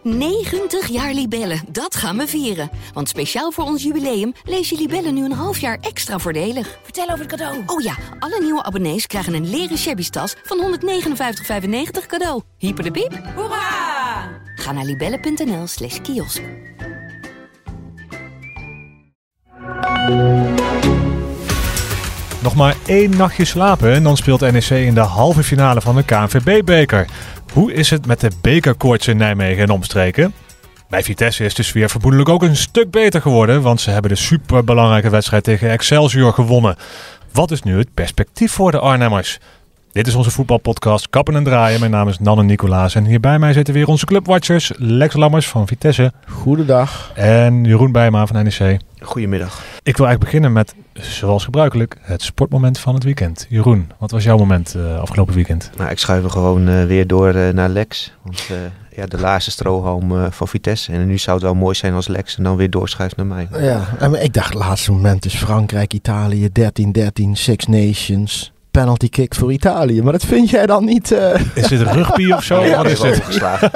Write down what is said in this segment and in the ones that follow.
90 jaar Libellen, dat gaan we vieren. Want speciaal voor ons jubileum lees je Libellen nu een half jaar extra voordelig. Vertel over het cadeau. Oh ja, alle nieuwe abonnees krijgen een leren shabby tas van €159,95 cadeau. Hyper de piep. Hoera! Ga naar libellen.nl/kiosk. Nog maar 1 nachtje slapen en dan speelt NEC in de halve finale van de KNVB-beker. Hoe is het met de bekerkoorts in Nijmegen en omstreken? Bij Vitesse is de sfeer vermoedelijk ook een stuk beter geworden, want ze hebben de superbelangrijke wedstrijd tegen Excelsior gewonnen. Wat is nu het perspectief voor de Arnhemmers? Dit is onze voetbalpodcast Kappen en Draaien. Mijn naam is Nanne Nicolaas en hier bij mij zitten weer onze clubwatchers Lex Lammers van Vitesse. Goedendag. En Jeroen Bijma van NEC. Goedemiddag. Ik wil eigenlijk beginnen met, zoals gebruikelijk, het sportmoment van het weekend. Jeroen, wat was jouw moment afgelopen weekend? Nou, ik schuif er gewoon weer door naar Lex. Want de laatste strohalm van Vitesse. En nu zou het wel mooi zijn als Lex en dan weer doorschuift naar mij. Ja, en ik dacht het laatste moment is Frankrijk, Italië, 13-13, Six Nations. Penalty kick voor Italië. Maar dat vind jij dan niet... Is dit rugby of zo? Ja, wat is dit?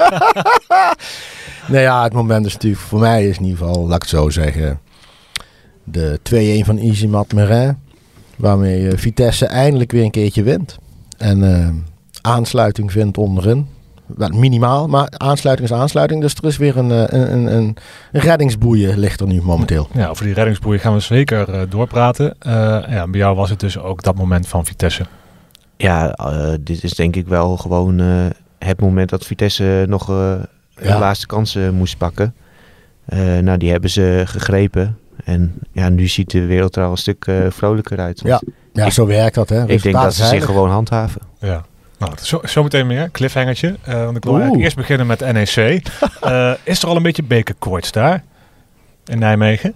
Nou ja, het moment is natuurlijk voor mij is in ieder geval, laat ik het zo zeggen, de 2-1 van Izimat Merin. Waarmee Vitesse eindelijk weer een keertje wint. En aansluiting vindt onderin. Wel, minimaal, maar aansluiting is aansluiting. Dus er is weer een reddingsboeien ligt er nu momenteel. Ja, over die reddingsboeien gaan we zeker doorpraten. Bij jou was het dus ook dat moment van Vitesse. Ja, dit is denk ik wel gewoon het moment dat Vitesse nog de laatste kansen moest pakken. Die hebben ze gegrepen. En ja, nu ziet de wereld er al een stuk vrolijker uit. Ja, zo werkt dat. Hè. Ik denk dat ze zich gewoon handhaven. Ja. Nou, zo meteen meer. Cliffhangertje. Want ik wil eigenlijk eerst beginnen met NEC. Is er al een beetje bekerkoorts daar? In Nijmegen?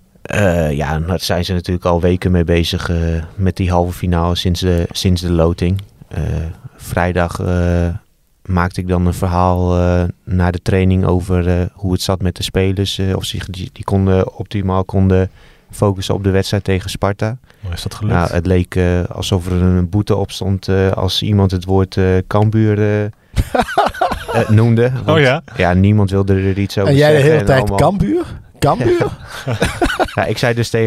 Daar zijn ze natuurlijk al weken mee bezig met die halve finale sinds de loting. Vrijdag maakte ik dan een verhaal na de training over hoe het zat met de spelers. Of ze die optimaal konden focussen op de wedstrijd tegen Sparta. Hoe is dat gelukt? Nou, het leek alsof er een boete op stond als iemand het woord Cambuur noemde. Want, ja, niemand wilde er iets over zeggen. En jij de hele tijd Cambuur? Cambuur? Ja, ik zei dus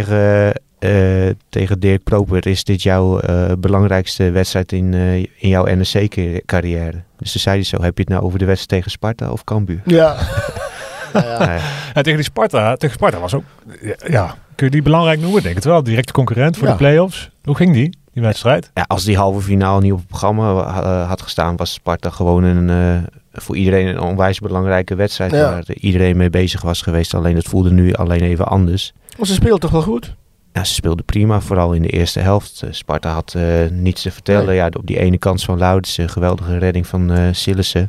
tegen Dirk Proper, is dit jouw belangrijkste wedstrijd in jouw NEC-carrière? Dus toen zei hij zo, heb je het nou over de wedstrijd tegen Sparta of Cambuur? Ja. Tegen Sparta was ook... Ja, kun je die belangrijk noemen? Denk het wel. Directe concurrent voor de play-offs. Hoe ging die wedstrijd? Ja, als die halve finale niet op het programma had gestaan, was Sparta gewoon voor iedereen een onwijs belangrijke wedstrijd. Waar iedereen mee bezig was geweest. Alleen het voelde nu alleen even anders. Maar ze speelden toch wel goed? Ja, ze speelden prima, vooral in de eerste helft. Sparta had niets te vertellen. Nee. Ja, op die ene kant van Loudens, een geweldige redding van Sillissen.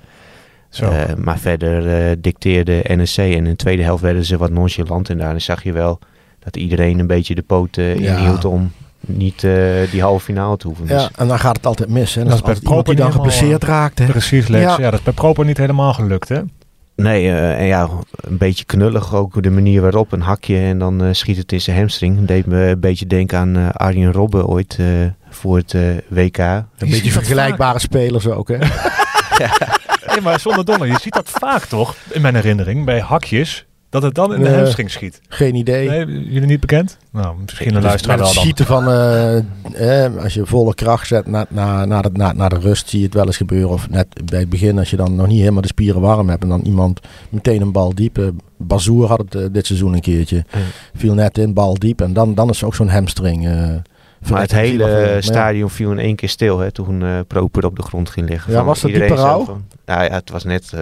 Maar verder dicteerde NEC en in de tweede helft werden ze wat nonchalant. En daarin zag je wel dat iedereen een beetje de poot inhield om niet die halve finale te hoeven missen. Ja, en dan gaat het altijd mis. Hè? Dat is bij Proper die dan geblesseerd raakt. Hè? Precies, Lex. Ja, dat is bij Proper niet helemaal gelukt, hè? Nee, een beetje knullig ook de manier waarop. Een hakje en dan schiet het in zijn hamstring. Deed me een beetje denken aan Arjen Robben ooit voor het WK. Een beetje vergelijkbare spelers ook, hè? Nee, maar zonder dolle. Je ziet dat vaak toch, in mijn herinnering, bij hakjes, dat het dan in de hamstring schiet. Geen idee. Nee, jullie niet bekend? Nou, misschien een luisteraar wel dan. Het schieten van, als je volle kracht zet naar de rust, zie je het wel eens gebeuren. Of net bij het begin, als je dan nog niet helemaal de spieren warm hebt en dan iemand meteen een bal diep. Bazoer had het dit seizoen een keertje. Viel net in, bal diep. En dan is ook zo'n hamstring... Maar het hele stadion viel in één keer stil, hè, toen Proper op de grond ging liggen. Ja, was dat diepe rouw? Het was net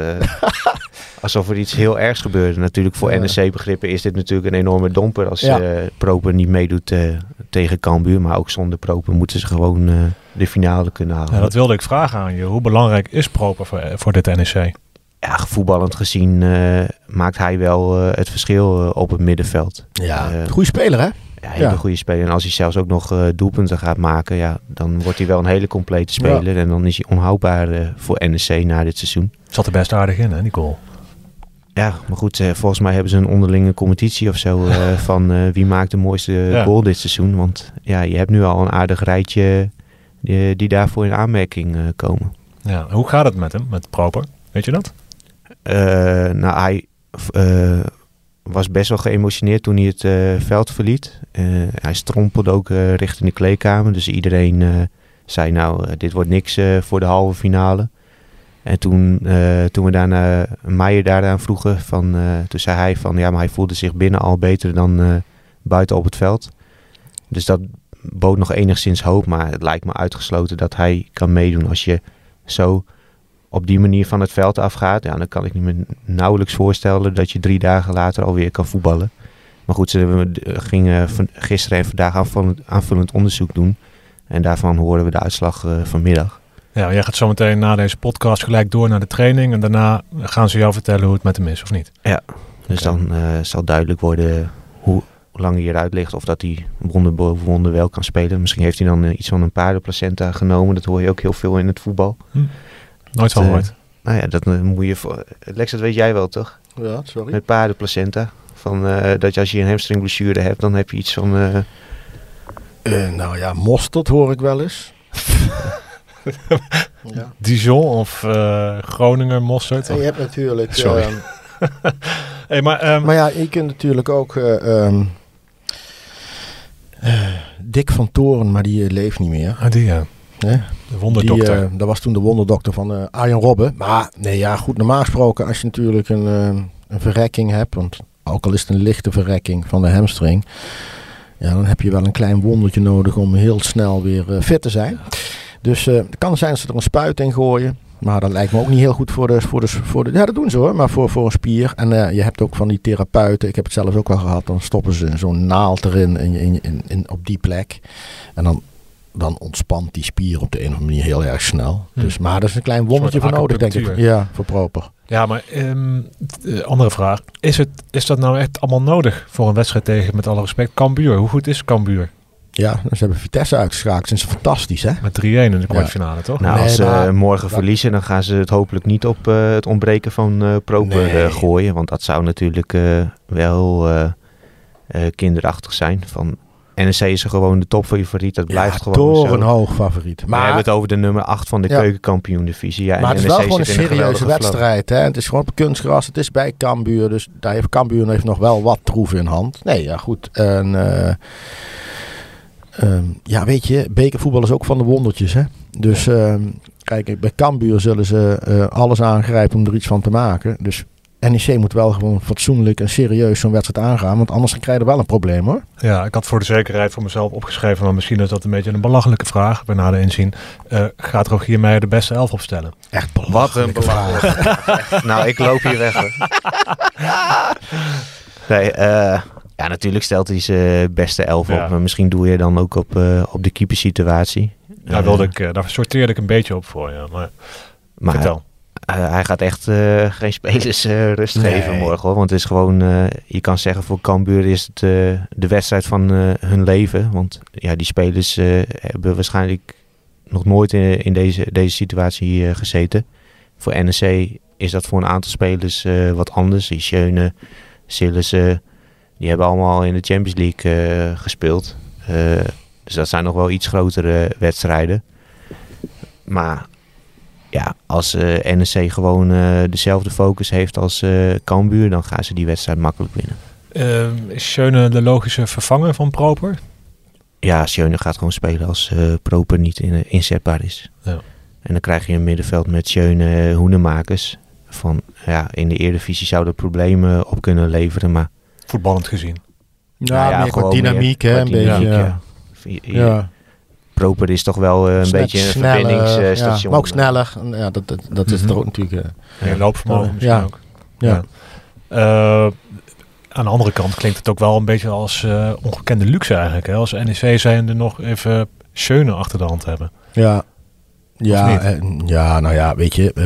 alsof er iets heel ergs gebeurde. Natuurlijk voor NEC-begrippen is dit natuurlijk een enorme domper als Proper niet meedoet tegen Cambuur. Maar ook zonder Proper moeten ze gewoon de finale kunnen halen. Ja, dat wilde ik vragen aan je. Hoe belangrijk is Proper voor dit NEC? Ja, voetballend gezien maakt hij wel het verschil op het middenveld. Ja, goede speler hè? Ja, hele goede speler. En als hij zelfs ook nog doelpunten gaat maken, dan wordt hij wel een hele complete speler. Ja. En dan is hij onhoudbaar voor NEC na dit seizoen. Zat er best aardig in, hè, die goal? Ja, maar goed, volgens mij hebben ze een onderlinge competitie of zo van wie maakt de mooiste goal dit seizoen. Want ja, je hebt nu al een aardig rijtje die daarvoor in aanmerking komen. Ja, hoe gaat het met hem, met Proper? Weet je dat? Hij was best wel geëmotioneerd toen hij het veld verliet. Hij strompelde ook richting de kleedkamer. Dus iedereen zei dit wordt niks voor de halve finale. En toen we daarna Meijer daaraan vroegen, toen zei hij maar hij voelde zich binnen al beter dan buiten op het veld. Dus dat bood nog enigszins hoop, maar het lijkt me uitgesloten dat hij kan meedoen. Als je zo op die manier van het veld afgaat, dan kan ik me nauwelijks voorstellen dat je 3 dagen later alweer kan voetballen. Maar goed, ze gingen gisteren en vandaag aanvullend onderzoek doen. En daarvan horen we de uitslag vanmiddag. Ja, jij gaat zo meteen na deze podcast gelijk door naar de training. En daarna gaan ze jou vertellen hoe het met hem is, of niet? Ja, dus dan zal duidelijk worden hoe lang hij eruit ligt. Of dat hij wonder boven wonder wel kan spelen. Misschien heeft hij dan iets van een paardenplacenta genomen. Dat hoor je ook heel veel in het voetbal. Nooit van gehoord. Nou ja, dat moet je voor... Lex, dat weet jij wel, toch? Ja, sorry. Met paardenplacenta. Dat als je een hamstringblessure hebt, dan heb je iets van... mosterd hoor ik wel eens. Ja. Dijon of Groninger mosterd? En je hebt natuurlijk... Sorry. Maar ja, je kunt natuurlijk ook... Dick van Toren, maar die leeft niet meer. Die ja. De wonderdokter. Dat was toen de wonderdokter van Arjen Robben. Maar nee, ja, goed, normaal gesproken als je natuurlijk een verrekking hebt, want ook al is het een lichte verrekking van de hamstring, ja, dan heb je wel een klein wondertje nodig om heel snel weer fit te zijn. Dus het kan zijn dat ze er een spuit in gooien. Maar dat lijkt me ook niet heel goed voor de ja, dat doen ze hoor, maar voor een spier. En je hebt ook van die therapeuten, ik heb het zelf ook wel gehad, dan stoppen ze zo'n naald erin op die plek. En dan ontspant die spier op de een of andere manier heel erg snel. Dus, maar er is een klein wondertje voor nodig, denk ik. Ja, voor Proper. Ja, maar andere vraag. Is dat nou echt allemaal nodig voor een wedstrijd tegen, met alle respect, Cambuur? Hoe goed is Cambuur? Ja, ze hebben Vitesse uitgeschakeld. Dat is fantastisch, hè? Met 3-1 in de kwartfinale, toch? Nou, als ze morgen verliezen, dan gaan ze het hopelijk niet op het ontbreken van Proper gooien. Want dat zou natuurlijk wel kinderachtig zijn. Van NEC is er gewoon de topfavoriet. Dat blijft gewoon zo. Torenhoog favoriet. Maar we hebben het over de nummer 8 van de keukenkampioen-divisie. Ja, maar het is NEC wel gewoon een serieuze wedstrijd. Hè? Het is gewoon op kunstgras. Het is bij Cambuur. Dus daar heeft Cambuur nog wel wat troeven in hand. Nee, ja goed. En... ja, weet je, bekervoetbal is ook van de wondertjes. Hè? Dus kijk, bij Cambuur zullen ze alles aangrijpen om er iets van te maken. Dus NEC moet wel gewoon fatsoenlijk en serieus zo'n wedstrijd aangaan. Want anders krijg je wel een probleem, hoor. Ja, ik had voor de zekerheid voor mezelf opgeschreven, maar misschien is dat een beetje een belachelijke vraag. Bij nader inzien, gaat Rogier Meijer de beste 11 opstellen? Echt belachelijke vraag. Nou, ik loop hier weg. Nee, ja, natuurlijk stelt hij zijn beste 11 op. Maar misschien doe je dan ook op de keepersituatie. Daar sorteerde ik een beetje op voor, ja. Maar vertel. Hij gaat echt geen spelers rust geven morgen, hoor. Want het is gewoon, je kan zeggen voor Cambuur is het de wedstrijd van hun leven. Want ja, die spelers hebben waarschijnlijk nog nooit in deze situatie gezeten. Voor NEC is dat voor een aantal spelers wat anders. Die Schöne, Sillissen, die hebben allemaal in de Champions League gespeeld. Dus dat zijn nog wel iets grotere wedstrijden. Maar ja, als NEC gewoon dezelfde focus heeft als Cambuur, dan gaan ze die wedstrijd makkelijk winnen. Is Schöne de logische vervanger van Proper? Ja, Schöne gaat gewoon spelen als Proper niet inzetbaar is. Ja. En dan krijg je een middenveld met Schöne, Hoenemakers. In de Eredivisie zouden problemen op kunnen leveren, maar voetballend gezien. Ja, meer qua dynamiek, hè, een beetje. Ja. Proper is toch wel een beetje een verbindingsstation. Maar ook sneller. Ja, dat is er ook natuurlijk. Loopvermogen misschien ook. Ja. Aan de andere kant klinkt het ook wel een beetje als ongekende luxe eigenlijk. Hè? Als NEC zijn er nog even Schöne achter de hand hebben. Ja. Nou ja, weet je.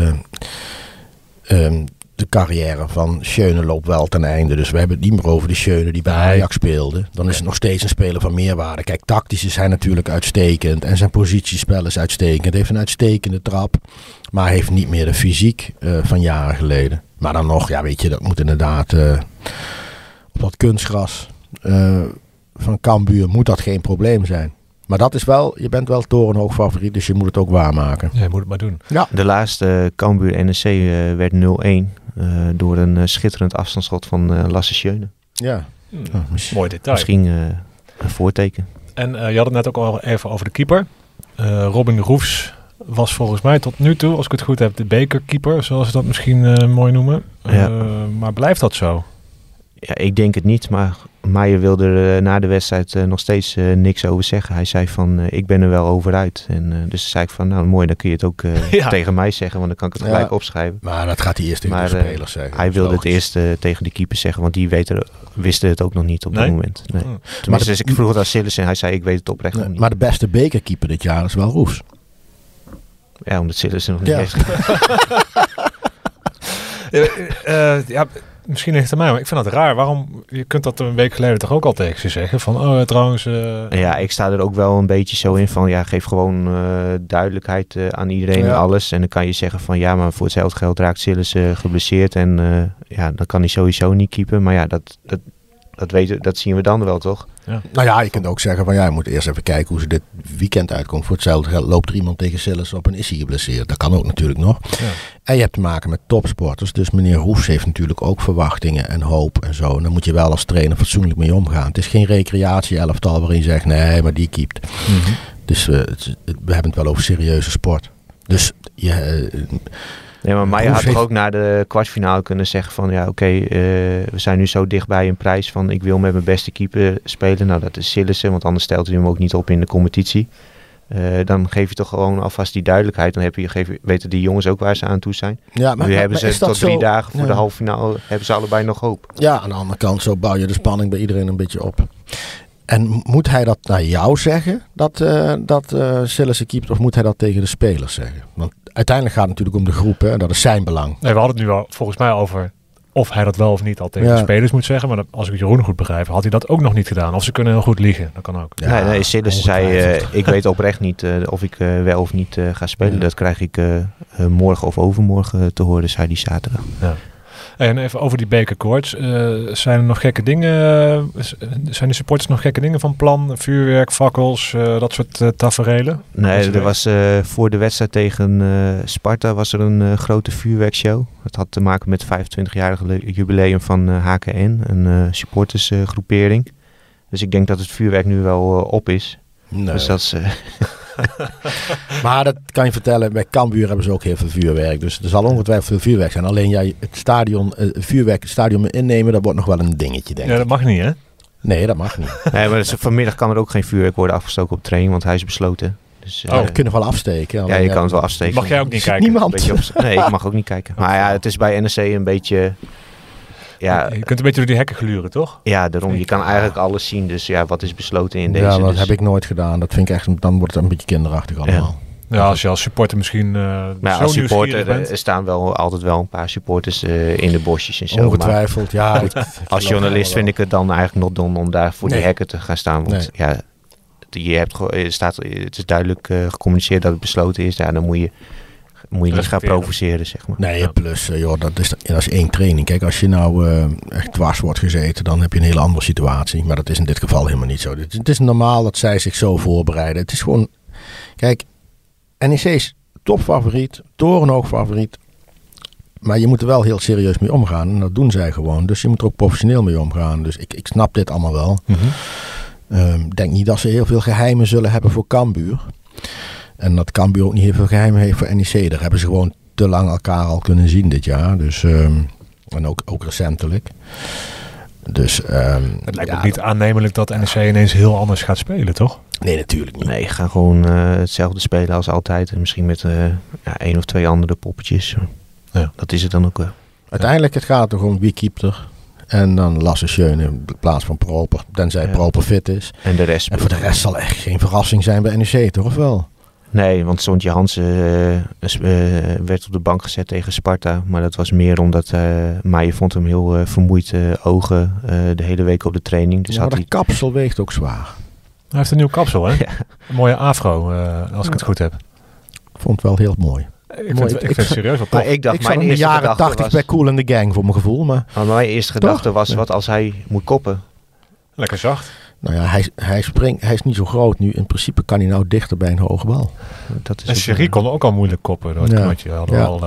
De carrière van Schöne loopt wel ten einde. Dus we hebben het niet meer over de Schöne die bij Ajax speelde. Dan is het nog steeds een speler van meerwaarde. Kijk, tactisch is hij natuurlijk uitstekend. En zijn positiespel is uitstekend. Hij heeft een uitstekende trap. Maar hij heeft niet meer de fysiek van jaren geleden. Maar dan nog, ja weet je, dat moet inderdaad op dat kunstgras van Cambuur moet dat geen probleem zijn. Maar dat is wel, je bent wel torenhoog favoriet, dus je moet het ook waarmaken. Ja, je moet het maar doen. Ja. De laatste Cambuur-NEC werd 0-1 door een schitterend afstandsschot van Lasse Schöne. Ja. Mooi detail. Misschien een voorteken. En je had het net ook al even over de keeper. Robin Roefs was volgens mij tot nu toe, als ik het goed heb, de bekerkeeper, zoals ze dat misschien mooi noemen. Ja. Maar blijft dat zo? Ja, ik denk het niet, maar Meijer wilde er na de wedstrijd nog steeds niks over zeggen. Hij zei van, ik ben er wel over uit. En dus zei ik van, nou mooi, dan kun je het ook tegen mij zeggen, want dan kan ik het gelijk opschrijven. Maar dat gaat hij eerst tegen de spelers zeggen. Hij wilde het eerst tegen de keeper zeggen, want die wisten het ook nog niet op dat moment. Nee. Tenminste, ik vroeg het aan Sillissen en hij zei, ik weet het oprecht nog niet. Maar de beste bekerkeeper dit jaar is wel Roefs. Ja, omdat Sillissen nog niet heeft. Misschien ligt het aan mij, maar ik vind dat raar. Waarom? Je kunt dat een week geleden toch ook al tegen ze zeggen? Van, trouwens... Ja, ik sta er ook wel een beetje zo in van... Ja, geef gewoon duidelijkheid aan iedereen en alles. En dan kan je zeggen van... Ja, maar voor hetzelfde geld raakt Sillissen geblesseerd. En dan kan hij sowieso niet keepen. Maar ja, dat zien we dan wel, toch? Ja. Nou ja, je kunt ook zeggen van... Ja, je moet eerst even kijken hoe ze dit weekend uitkomt. Voor hetzelfde geld loopt er iemand tegen Sillissen op en is hij geblesseerd. Dat kan ook natuurlijk nog. Ja. En je hebt te maken met topsporters. Dus meneer Roefs heeft natuurlijk ook verwachtingen en hoop en zo. En dan moet je wel als trainer fatsoenlijk mee omgaan. Het is geen recreatie-elftal waarin je zegt... Nee, maar die keept. Mm-hmm. Dus we hebben het wel over serieuze sport. Dus nee, maar Meijer had toch ook na de kwartfinale kunnen zeggen van... Ja, oké, we zijn nu zo dichtbij een prijs van... Ik wil met mijn beste keeper spelen. Nou, dat is Sillissen, want anders stelt hij hem ook niet op in de competitie. Dan geef je toch gewoon alvast die duidelijkheid. Dan weten die jongens ook waar ze aan toe zijn. Ja, maar nu hebben ze tot 3 dagen voor de halve finale... hebben ze allebei nog hoop. Ja, aan de andere kant, zo bouw je de spanning bij iedereen een beetje op. En moet hij dat naar jou zeggen, dat Sillissen keept, of moet hij dat tegen de spelers zeggen? Want uiteindelijk gaat het natuurlijk om de groep, hè? Dat is zijn belang. Nee, we hadden het nu al volgens mij over of hij dat wel of niet al tegen de spelers moet zeggen. Maar als ik Jeroen goed begrijp, had hij dat ook nog niet gedaan. Of ze kunnen heel goed liegen, dat kan ook. Ja, nee, Sillissen zei, ik weet oprecht niet of ik wel of niet ga spelen. Ja. Dat krijg ik morgen of overmorgen te horen, zei die zaterdag. Ja. En even over die bekerkoorts. Zijn er nog gekke dingen? Zijn de supporters nog gekke dingen van plan? Vuurwerk, fakkels, dat soort taferelen? Nee, er was voor de wedstrijd tegen Sparta was er een grote vuurwerkshow. Dat had te maken met het 25-jarige jubileum van HKN, een supportersgroepering. Dus ik denk dat het vuurwerk nu wel op is. Nee. Dus dat is... Maar dat kan je vertellen, bij Cambuur hebben ze ook heel veel vuurwerk. Dus er zal ongetwijfeld veel vuurwerk zijn. Alleen jij het stadion innemen, dat wordt nog wel een dingetje, denk ik. Ja, dat mag niet, hè? Nee, dat mag niet. Nee, maar vanmiddag kan er ook geen vuurwerk worden afgestoken op training, want hij is besloten. Dus, we kunnen wel afsteken. Ja, je kan het wel afsteken. Mag jij ook niet kijken? Niemand. Nee, ik mag ook niet kijken. Maar ja, het is bij NEC een beetje... Ja, je kunt een beetje door die hekken gluren, toch? Ja, daarom. Je kan eigenlijk alles zien. Dus ja, wat is besloten in deze? Ja, dat heb ik nooit gedaan. Dat vind ik echt, dan wordt het een beetje kinderachtig allemaal. Ja, als je als supporter misschien maar als supporter er staan altijd wel een paar supporters in de bosjes en zo. Ongetwijfeld, ja. Als journalist vind ik het dan eigenlijk not dom om daar voor die hekken te gaan staan. Want het is duidelijk gecommuniceerd dat het besloten is. Ja, dan moet je niet gaan provoceren, zeg maar. Nee, plus, dat is één training. Kijk, als je nou echt dwars wordt gezeten, dan heb je een hele andere situatie. Maar dat is in dit geval helemaal niet zo. Het is normaal dat zij zich zo voorbereiden. Het is gewoon... Kijk, NEC is topfavoriet, torenhoog favoriet. Maar je moet er wel heel serieus mee omgaan. En dat doen zij gewoon. Dus je moet er ook professioneel mee omgaan. Dus ik snap dit allemaal wel. Mm-hmm. Denk niet dat ze heel veel geheimen zullen hebben voor Cambuur. En dat Cambuur ook niet heel veel geheimen heeft voor NEC. Daar hebben ze gewoon te lang elkaar al kunnen zien dit jaar. Dus, en ook recentelijk. Dus, het lijkt ook niet aannemelijk dat NEC ineens heel anders gaat spelen, toch? Nee, natuurlijk niet. Nee, gaan gewoon hetzelfde spelen als altijd. En misschien met 1 of 2 andere poppetjes. Ja. Dat is het dan ook wel. Uiteindelijk het gaat er gewoon wie keept er. En dan Lasse Schöne in plaats van Proper. Tenzij Proper fit is. En de rest. En voor de rest zal echt geen verrassing zijn bij NEC, toch? Of wel? Nee, want Sontje Hansen werd op de bank gezet tegen Sparta. Maar dat was meer omdat Meijer vond hem heel vermoeid ogen de hele week op de training. Dus maar dat kapsel weegt ook zwaar. Hij heeft een nieuw kapsel, hè? Ja. Een mooie afro, als ik het goed heb. Ik vond het wel heel mooi. Ik vind het serieus wel tof. Maar ik dacht, zat in de jaren 80 bij Kool en de Gang voor mijn gevoel. Maar mijn eerste gedachte was, wat als hij moet koppen? Lekker zacht. Nou ja, hij is niet zo groot nu. In principe kan hij nou dichter bij een hoge bal. En Sherry kon ook al moeilijk koppen door het knotje. Hadden we al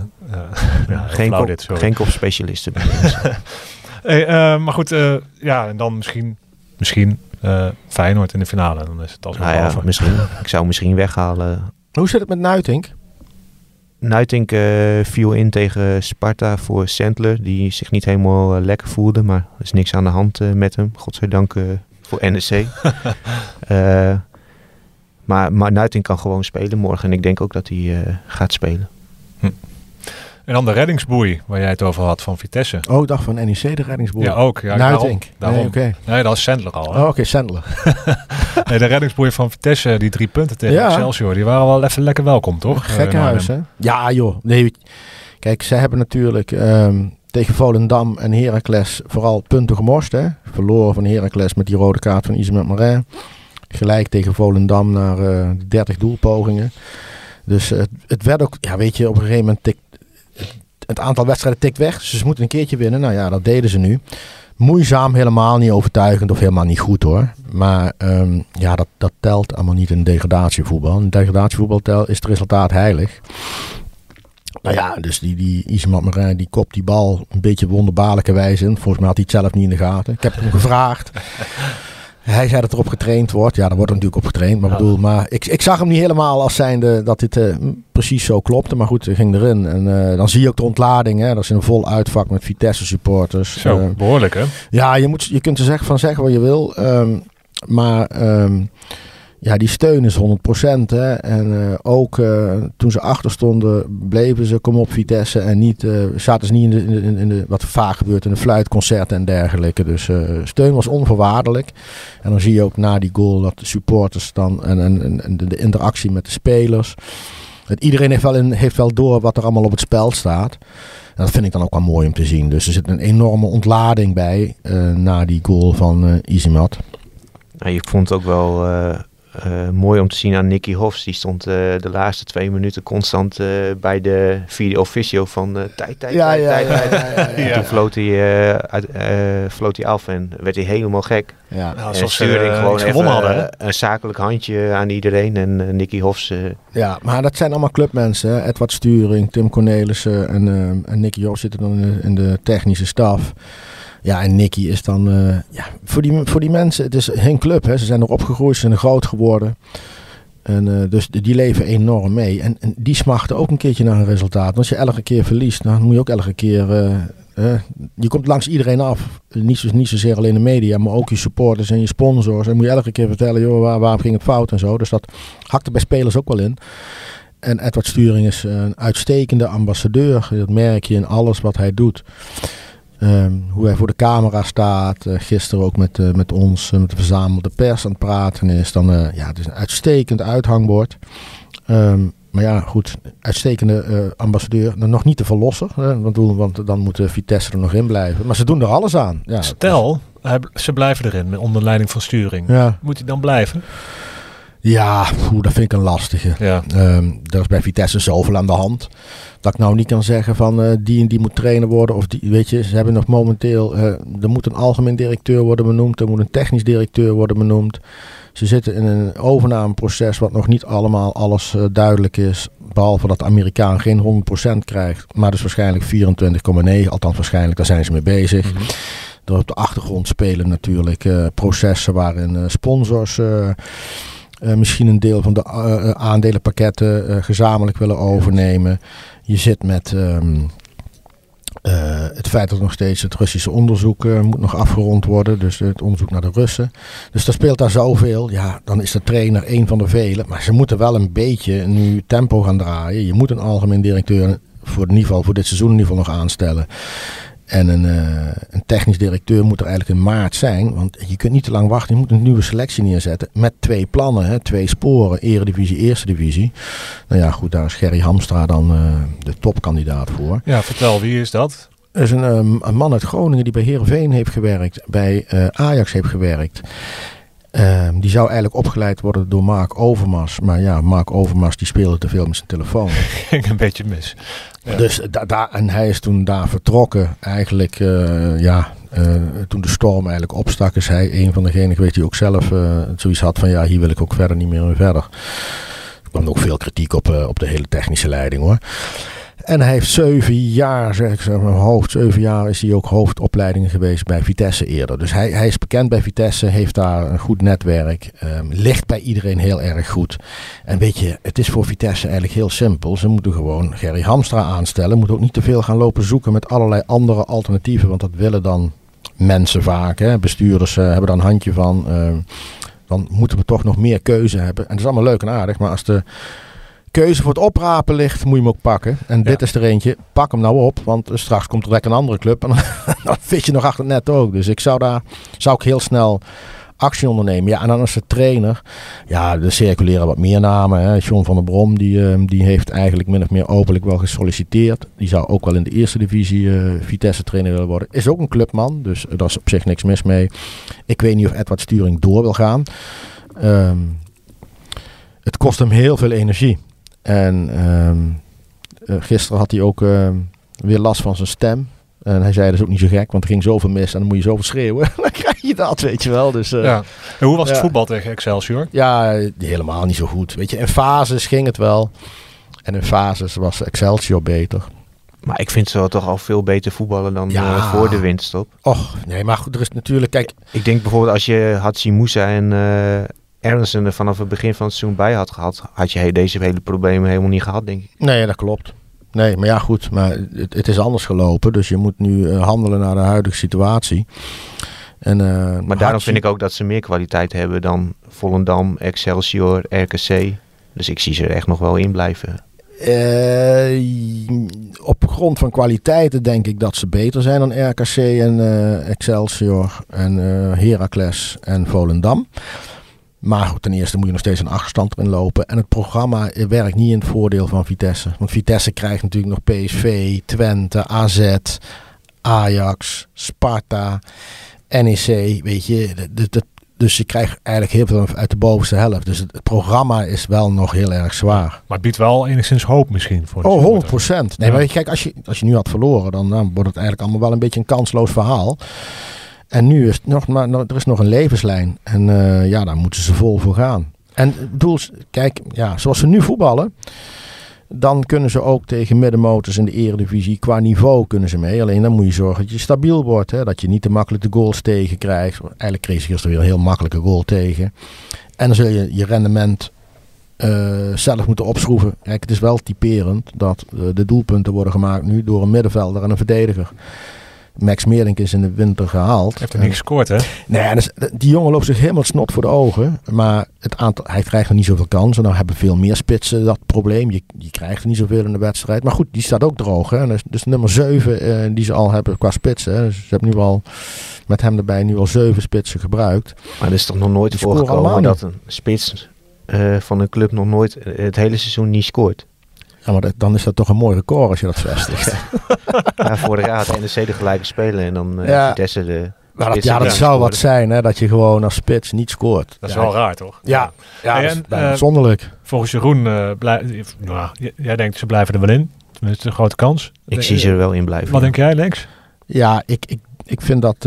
geen kopspecialisten bij maar goed, en dan misschien Feyenoord in de finale. Dan is het alsnog over. Misschien. Ik zou misschien weghalen. Hoe zit het met Nuitink? Nuitink viel in tegen Sparta voor Sandler, die zich niet helemaal lekker voelde, maar er is niks aan de hand met hem. Godzijdank voor NEC. Maar Nuitink kan gewoon spelen morgen en ik denk ook dat hij gaat spelen. En dan de reddingsboei, waar jij het over had, van Vitesse. Oh, ik dacht van NEC de reddingsboei. Ja, ook. Ja, Nuitink. Daarom. Nee, dat is Sandler al. Oh, oké, Sandler. Nee, de reddingsboei van Vitesse, die 3 punten tegen Excelsior, die waren wel even lekker welkom, toch? Gekkenhuis, hè? Ja, joh. Nee, kijk, zij hebben natuurlijk tegen Volendam en Heracles vooral punten gemorst, hè? Verloren van Heracles met die rode kaart van Isemet Marin. Gelijk tegen Volendam naar 30 doelpogingen. Dus het werd ook, weet je, op een gegeven moment het aantal wedstrijden tikt weg. Dus ze moeten een keertje winnen. Nou ja, dat deden ze nu. Moeizaam, helemaal niet overtuigend of helemaal niet goed hoor. Maar dat telt allemaal niet in degradatievoetbal. In degradatievoetbal is het resultaat heilig. Nou ja, dus die Isemat Marin, die kopt die bal een beetje wonderbaarlijke wijze in. Volgens mij had hij het zelf niet in de gaten. Ik heb hem gevraagd. Hij zei dat erop getraind wordt. Ja, daar wordt er natuurlijk op getraind. Maar ik zag hem niet helemaal als zijnde dat dit precies zo klopte. Maar goed, hij ging erin. En dan zie je ook de ontlading. Hè? Dat is een vol uitvak met Vitesse supporters. Zo, behoorlijk hè? Ja, je kunt er zeggen wat je wil. Die steun is 100%. Hè? En ook toen ze achter stonden, bleven ze kom op Vitesse. En niet, zaten ze niet in de wat vaak gebeurt in de fluitconcerten en dergelijke. Dus steun was onvoorwaardelijk. En dan zie je ook na die goal dat de supporters dan en de interactie met de spelers. Iedereen heeft wel door wat er allemaal op het spel staat. En dat vind ik dan ook wel mooi om te zien. Dus er zit een enorme ontlading bij na die goal van Isemat. Nou, je vond het ook wel mooi om te zien aan Nicky Hofs. Die stond de laatste 2 minuten constant bij de video officio van tijd. Toen floot hij af en werd hij helemaal gek. Ja. Nou, en stuurde gewoon even een zakelijk handje aan iedereen. En Nicky Hofs... Ja, maar dat zijn allemaal clubmensen. Edward Sturing, Tim Cornelissen en Nicky Hofs zitten dan in de technische staf. Ja, en Nicky is dan... voor die mensen, het is geen club. Hè. Ze zijn er opgegroeid, ze zijn er groot geworden. En dus die leven enorm mee. En die smachten ook een keertje naar een resultaat. Want als je elke keer verliest, dan moet je ook elke keer... je komt langs iedereen af. Niet zozeer alleen de media, maar ook je supporters en je sponsors. En moet je elke keer vertellen, joh, waar ging het fout en zo. Dus dat hakt er bij spelers ook wel in. En Edward Sturing is een uitstekende ambassadeur. Dat merk je in alles wat hij doet. Hoe hij voor de camera staat. Gisteren ook met ons, met de verzamelde pers aan het praten is. Dan, het is een uitstekend uithangbord. Maar ja, goed. Uitstekende ambassadeur. Nog niet de verlosser. Want dan moet Vitesse er nog in blijven. Maar ze doen er alles aan. Ja, stel, ze blijven erin onder leiding van Sturing. Ja. Moet hij dan blijven? Ja, dat vind ik een lastige. Ja. Er is bij Vitesse zoveel aan de hand. Dat ik nou niet kan zeggen van die en die moet trainer worden. Of die, weet je, ze hebben nog momenteel... er moet een algemeen directeur worden benoemd. Er moet een technisch directeur worden benoemd. Ze zitten in een overnameproces wat nog niet allemaal alles duidelijk is. Behalve dat de Amerikaan geen 100% krijgt. Maar dus waarschijnlijk 24,9. Althans waarschijnlijk, daar zijn ze mee bezig. Mm-hmm. Er op de achtergrond spelen natuurlijk processen waarin sponsors... misschien een deel van de aandelenpakketten gezamenlijk willen overnemen. Je zit met het feit dat nog steeds het Russische onderzoek moet nog afgerond worden. Dus het onderzoek naar de Russen. Dus er speelt daar zoveel. Ja, dan is de trainer één van de velen. Maar ze moeten wel een beetje nu tempo gaan draaien. Je moet een algemeen directeur voor dit seizoen in ieder geval nog aanstellen. En een technisch directeur moet er eigenlijk in maart zijn. Want je kunt niet te lang wachten. Je moet een nieuwe selectie neerzetten. Met 2 plannen. Hè, 2 sporen. Eredivisie, Eerste Divisie. Nou ja, goed. Daar is Gerry Hamstra dan de topkandidaat voor. Ja, vertel. Wie is dat? Er is een man uit Groningen die bij Heerenveen heeft gewerkt. Bij Ajax heeft gewerkt. Die zou eigenlijk opgeleid worden door Mark Overmars. Maar ja, Mark Overmars die speelde te veel met zijn telefoon. Ging een beetje mis. Ja. Dus en hij is toen daar vertrokken. Eigenlijk Toen de storm eigenlijk opstak, is hij een van degenen geweest die ook zelf zoiets had van hier wil ik ook verder niet meer verder. Er kwam ook veel kritiek op de hele technische leiding hoor. En hij heeft 7 jaar, zeg ik mijn hoofd, 7 jaar is hij ook hoofdopleidingen geweest bij Vitesse eerder. Dus hij is bekend bij Vitesse, heeft daar een goed netwerk, ligt bij iedereen heel erg goed. En weet je, het is voor Vitesse eigenlijk heel simpel. Ze moeten gewoon Gerry Hamstra aanstellen, moeten ook niet te veel gaan lopen zoeken met allerlei andere alternatieven, want dat willen dan mensen vaak. Hè? Bestuurders hebben daar een handje van. Dan moeten we toch nog meer keuze hebben. En dat is allemaal leuk en aardig, maar als de keuze voor het oprapen ligt, moet je hem ook pakken. En dit is er eentje. Pak hem nou op, want straks komt er lekker een andere club. En dan vis je nog achter het net ook. Dus ik zou heel snel actie ondernemen. Ja, en dan als de trainer. Ja, er circuleren wat meer namen. Hè. John van der Brom, die heeft eigenlijk min of meer openlijk wel gesolliciteerd. Die zou ook wel in de eerste divisie Vitesse trainer willen worden. Is ook een clubman, dus daar is op zich niks mis mee. Ik weet niet of Edward Sturing door wil gaan. Het kost hem heel veel energie. En gisteren had hij ook weer last van zijn stem. En hij zei dat is ook niet zo gek, want er ging zoveel mis en dan moet je zoveel schreeuwen. Dan krijg je dat, weet je wel. Dus, ja. En hoe was het voetbal tegen Excelsior? Ja, helemaal niet zo goed. Weet je, in fases ging het wel. En in fases was Excelsior beter. Maar ik vind ze toch al veel beter voetballen dan voor de winterstop. Och, nee, maar goed, er is natuurlijk... Kijk, ik denk bijvoorbeeld als je Hatsi Moussa en Ernsten er vanaf het begin van het seizoen bij had gehad, had je deze hele problemen helemaal niet gehad, denk ik. Nee, dat klopt. Nee, maar ja goed, maar het is anders gelopen. Dus je moet nu handelen naar de huidige situatie. En, maar daarom vind ik ook dat ze meer kwaliteit hebben dan Volendam, Excelsior, RKC. Dus ik zie ze er echt nog wel in blijven. Op grond van kwaliteiten denk ik dat ze beter zijn dan RKC en Excelsior en Heracles en Volendam. Maar goed, ten eerste moet je nog steeds een achterstand erin lopen. En het programma werkt niet in het voordeel van Vitesse. Want Vitesse krijgt natuurlijk nog PSV, Twente, AZ, Ajax, Sparta, NEC. Weet je, dus je krijgt eigenlijk heel veel uit de bovenste helft. Dus het programma is wel nog heel erg zwaar. Maar het biedt wel enigszins hoop misschien. Voor 100%. Nee, maar kijk, als je nu had verloren, dan wordt het eigenlijk allemaal wel een beetje een kansloos verhaal. En nu is er is nog een levenslijn. En daar moeten ze vol voor gaan. En het doel is, kijk, zoals ze nu voetballen, dan kunnen ze ook tegen middenmotors in de eredivisie. Qua niveau kunnen ze mee. Alleen dan moet je zorgen dat je stabiel wordt. Hè? Dat je niet te makkelijk de goals tegen krijgt. Eigenlijk kreeg je gisteren weer een heel makkelijke goal tegen. En dan zul je je rendement zelf moeten opschroeven. Kijk, het is wel typerend dat de doelpunten worden gemaakt nu door een middenvelder en een verdediger. Max Meerdink is in de winter gehaald. Heeft er niet gescoord, hè? Nee, dus, die jongen loopt zich helemaal snot voor de ogen. Maar hij krijgt nog niet zoveel kansen. Nou hebben veel meer spitsen dat probleem. Je krijgt er niet zoveel in de wedstrijd. Maar goed, die staat ook droog. Hè? Dus nummer 7 die ze al hebben qua spitsen. Hè? Dus ze hebben nu al met hem erbij nu al 7 spitsen gebruikt. Maar er is toch nog nooit voorgekomen dat een spits van een club nog nooit het hele seizoen niet scoort? Ja, maar dan is dat toch een mooi record als je dat vestigt. Ja, vorig jaar had NEC de gelijke spelen en dan Vitesse de... dat zou wat zijn, hè, dat je gewoon als spits niet scoort. Dat is wel raar, toch? Ja, dat is bijzonderlijk. Volgens Jeroen, jij denkt ze blijven er wel in. Tenminste, een grote kans. Ik zie ze er wel in blijven. Wat denk jij, Lex? Ja, ik vind dat...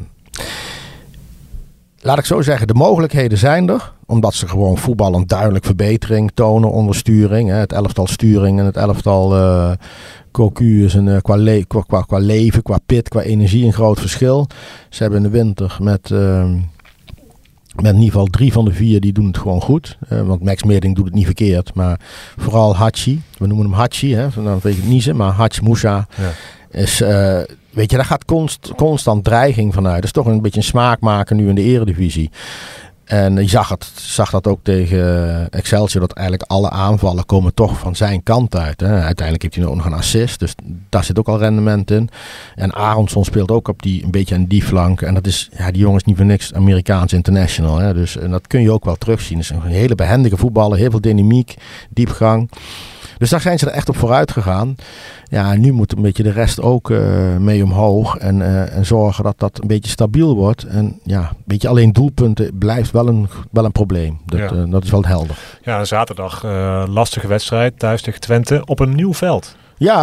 laat ik zo zeggen, de mogelijkheden zijn er. Omdat ze gewoon voetballend duidelijk verbetering tonen onder sturing. Hè. Het elftal sturing en het elftal Cocu is qua leven, qua pit, qua energie een groot verschil. Ze hebben in de winter met in ieder geval 3 van de 4 die doen het gewoon goed. Want Max Meerdink doet het niet verkeerd. Maar vooral Hatsi, we noemen hem Hatsi, hè, dan weet ik het niet ze, maar Hatsi Moussa is... weet je, daar gaat constant dreiging vanuit. Dat is toch een beetje een smaakmaker nu in de eredivisie. En je zag dat ook tegen Excelsior, dat eigenlijk alle aanvallen komen toch van zijn kant uit. Hè. Uiteindelijk heeft hij ook nog een assist, dus daar zit ook al rendement in. En Aronson speelt ook een beetje aan die flank. En dat is, die jongen is niet voor niks Amerikaans international. Hè. Dus, en dat kun je ook wel terugzien. Het is een hele behendige voetballer, heel veel dynamiek, diepgang. Dus daar zijn ze er echt op vooruit gegaan. Ja, en nu moet een beetje de rest ook mee omhoog. En zorgen dat dat een beetje stabiel wordt. En ja, een beetje alleen doelpunten blijft wel een probleem. Dat is wel helder. Ja, zaterdag lastige wedstrijd thuis tegen Twente op een nieuw veld. Ja,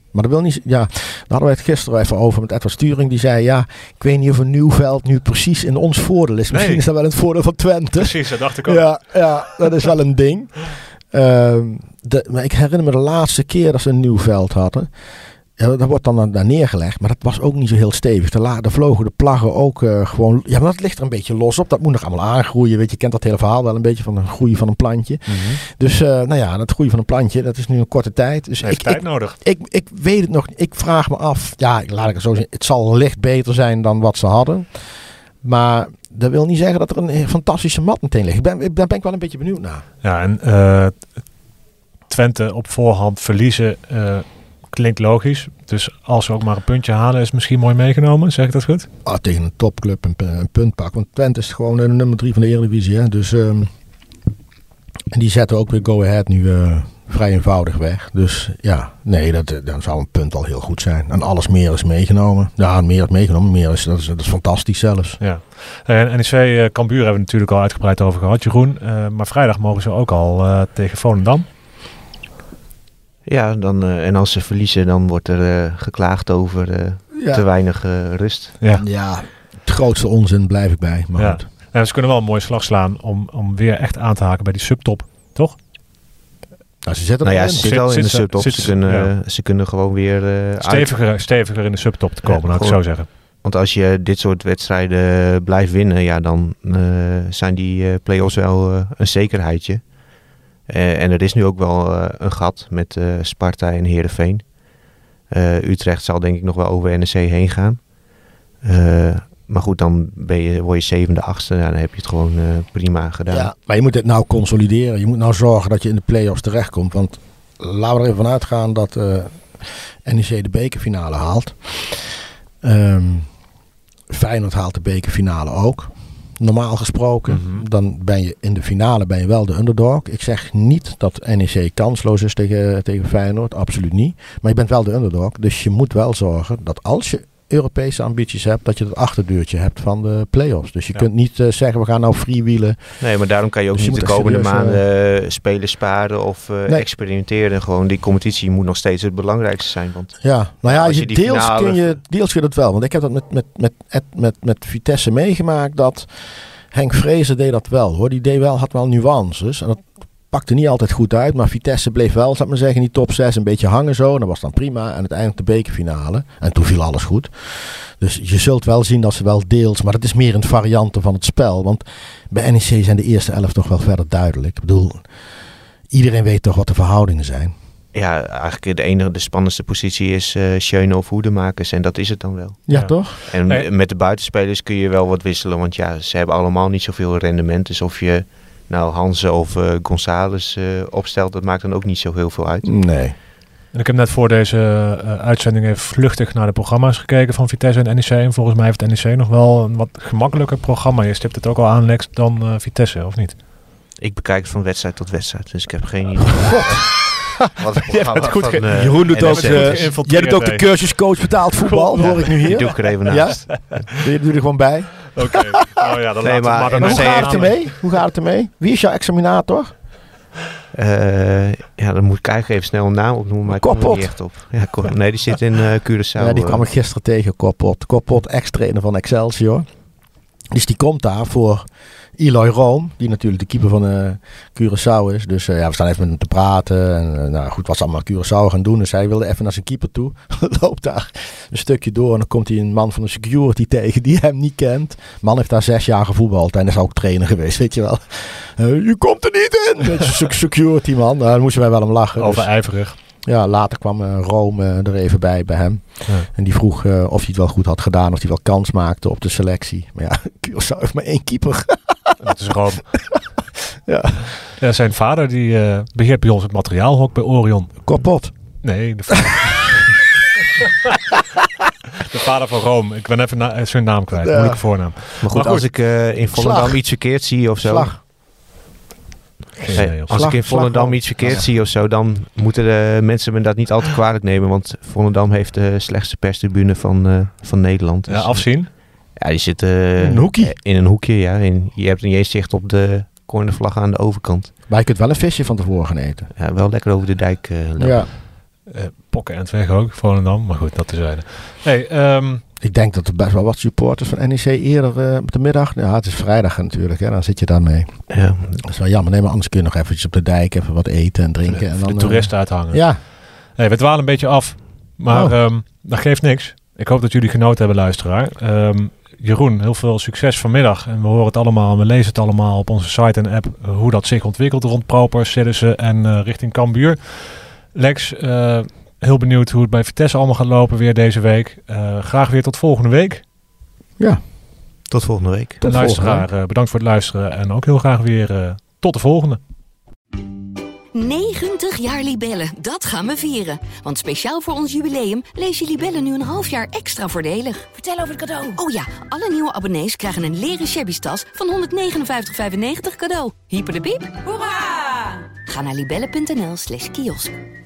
Maar dat wil niet... Ja, daar hadden we het gisteren even over met Edward Sturing. Die zei, ja, ik weet niet of een Nieuwveld nu precies in ons voordeel is. Misschien is dat wel in het voordeel van Twente. Precies, dat dacht ik ook. Ja, dat is wel een ding. Maar ik herinner me de laatste keer dat ze een Nieuwveld hadden. Ja, dat wordt dan daar neergelegd, maar dat was ook niet zo heel stevig. Daar vlogen de plaggen ook gewoon... Ja, maar dat ligt er een beetje los op. Dat moet nog allemaal aangroeien. Weet je, kent dat hele verhaal wel een beetje van het groeien van een plantje. Mm-hmm. Dus dat groeien van een plantje, dat is nu een korte tijd. Dus heeft tijd nodig. Ik weet het nog. Ik vraag me af. Ja, laat ik het zo zeggen. Het zal licht beter zijn dan wat ze hadden. Maar dat wil niet zeggen dat er een fantastische mat meteen ligt. Daar ben ik wel een beetje benieuwd naar. Ja, en Twente op voorhand verliezen... klinkt logisch. Dus als ze ook maar een puntje halen, is het misschien mooi meegenomen. Zeg ik dat goed? Tegen een topclub een punt pakken. Want Twente is gewoon de nummer 3 van de Eredivisie. Hè? Dus, en die zetten ook weer Go Ahead nu vrij eenvoudig weg. Dus ja, nee, dan zou een punt al heel goed zijn. En alles meer is meegenomen. Ja, meer is meegenomen. Dat is fantastisch zelfs. Ja. En NEC Cambuur hebben we natuurlijk al uitgebreid over gehad, Jeroen. Maar vrijdag mogen ze ook al tegen Volendam. Ja, en als ze verliezen, dan wordt er geklaagd over te weinig rust. Ja, het grootste onzin blijf ik bij. Maar goed. Ja, ze kunnen wel een mooie slag slaan om weer echt aan te haken bij die subtop, toch? Nou, ze zitten al in de subtop. Ze kunnen gewoon weer steviger in de subtop te komen, laat ik zo zeggen. Want als je dit soort wedstrijden blijft winnen, ja, dan zijn die play-offs wel een zekerheidje. En er is nu ook wel een gat met Sparta en Heerenveen. Utrecht zal denk ik nog wel over NEC heen gaan. Maar goed, dan word je 7e, 8e. Nou, dan heb je het gewoon prima gedaan. Ja, maar je moet het nou consolideren. Je moet nou zorgen dat je in de play-offs terechtkomt. Want laten we er even vanuit gaan dat NEC de bekerfinale haalt. Feyenoord haalt de bekerfinale ook. Normaal gesproken, dan ben je in de finale wel de underdog. Ik zeg niet dat NEC kansloos is tegen Feyenoord, absoluut niet. Maar je bent wel de underdog, dus je moet wel zorgen dat als je Europese ambities hebt, dat je het achterdeurtje hebt van de play-offs. Dus je kunt niet zeggen, we gaan nou freewheelen. Nee, maar daarom kan je ook niet de komende maanden spelers sparen of experimenteren. Gewoon die competitie moet nog steeds het belangrijkste zijn. Want ja, nou ja, deels kun je dat wel. Want ik heb dat met Vitesse meegemaakt, dat Henk Vrezen deed dat wel, hoor. Die had wel nuances. En dat pakte niet altijd goed uit, maar Vitesse bleef wel, zal ik maar zeggen, in die top 6 een beetje hangen zo. Dat was dan prima. En uiteindelijk de bekerfinale. En toen viel alles goed. Dus je zult wel zien dat ze wel deels, maar het is meer een variante van het spel. Want bij NEC zijn de eerste 11 toch wel verder duidelijk. Ik bedoel, iedereen weet toch wat de verhoudingen zijn. Ja, eigenlijk de spannendste positie is Schöne of Hoedemakers. En dat is het dan wel. Ja, toch? En met de buitenspelers kun je wel wat wisselen. Want ja, ze hebben allemaal niet zoveel rendement. Dus of je nou Hanze of González opstelt, dat maakt dan ook niet zo heel veel uit. Nee. En ik heb net voor deze uitzending even vluchtig naar de programma's gekeken van Vitesse en NEC. En volgens mij heeft NEC nog wel een wat gemakkelijker programma. Je stipt het ook al aan, Lex, dan Vitesse, of niet? Ik bekijk het van wedstrijd tot wedstrijd, dus ik heb geen idee. Jeroen doet ook, jij doet ook de cursuscoach betaald voetbal, hoor ik nu hier. Die doe ik er even naast. Ja? Je doet er gewoon bij. Oké. Oh ja, dan hoe gaat het ermee? Wie is jouw examinator? Dan moet ik eigenlijk even snel een naam opnoemen, maar ik kom er niet echt op. Ja, nee, die zit in Curaçao. Ja, die kwam ik gisteren tegen, Koppot, ex-trainer van Excelsior. Dus die komt daar voor Eloy Room, die natuurlijk de keeper van Curaçao is. Dus we staan even met hem te praten. En goed, wat ze allemaal Curaçao gaan doen. Dus hij wilde even naar zijn keeper toe. Loopt daar een stukje door en dan komt hij een man van de security tegen die hem niet kent. Man heeft daar 6 jaar gevoetbald en is ook trainer geweest, weet je wel. Je komt er niet in! Beetje security man, daar moesten wij wel om lachen. Overijverig. Ja, later kwam Rome er even bij hem. Ja. En die vroeg of hij het wel goed had gedaan. Of hij wel kans maakte op de selectie. Maar ja, Curaçao heeft maar 1 keeper. Dat is gewoon... Ja, zijn vader die beheert bij ons het materiaalhok bij Orion. Koppot? Nee, de vader van Rome. Ik ben even zijn naam kwijt. Moeilijke voornaam. Maar goed, als ik in Volendam iets verkeerd zie of zo... Slag. Als ik in Volendam iets verkeerd zie of zo, dan moeten de mensen me dat niet al te kwalijk nemen. Want Volendam heeft de slechtste perstribune van Nederland. Dus, afzien? Ja, die zit in een hoekje. Ja. Je hebt niet eens zicht op de cornervlag aan de overkant. Maar je kunt wel een visje van tevoren gaan eten. Ja, wel lekker over de dijk lopen. Ja. Pokken en het weg ook, Volendam. Maar goed, dat tezijde. Ik denk dat er best wel wat supporters van NEC eerder op de middag... Ja, het is vrijdag natuurlijk, hè, dan zit je daar mee. Ja. Dat is wel jammer. Nee, maar anders kun je nog eventjes op de dijk even wat eten en drinken. En dan, de toeristen uithangen. Ja. We dwalen een beetje af. Maar dat geeft niks. Ik hoop dat jullie genoten hebben, luisteraar. Jeroen, heel veel succes vanmiddag. En we horen het allemaal en we lezen het allemaal op onze site en app... hoe dat zich ontwikkelt rond Proper, Sillissen en richting Cambuur. Lex, heel benieuwd hoe het bij Vitesse allemaal gaat lopen weer deze week. Graag weer tot volgende week. Ja. Tot volgende week. Tot luisteraar, bedankt voor het luisteren. En ook heel graag weer tot de volgende. 90 jaar Libellen, dat gaan we vieren. Want speciaal voor ons jubileum lees je Libellen nu een half jaar extra voordelig. Vertel over het cadeau. Oh ja, alle nieuwe abonnees krijgen een leren shabby tas van €159,95 cadeau. Hyper de piep. Hoera! Ga naar libellen.nl/kiosk.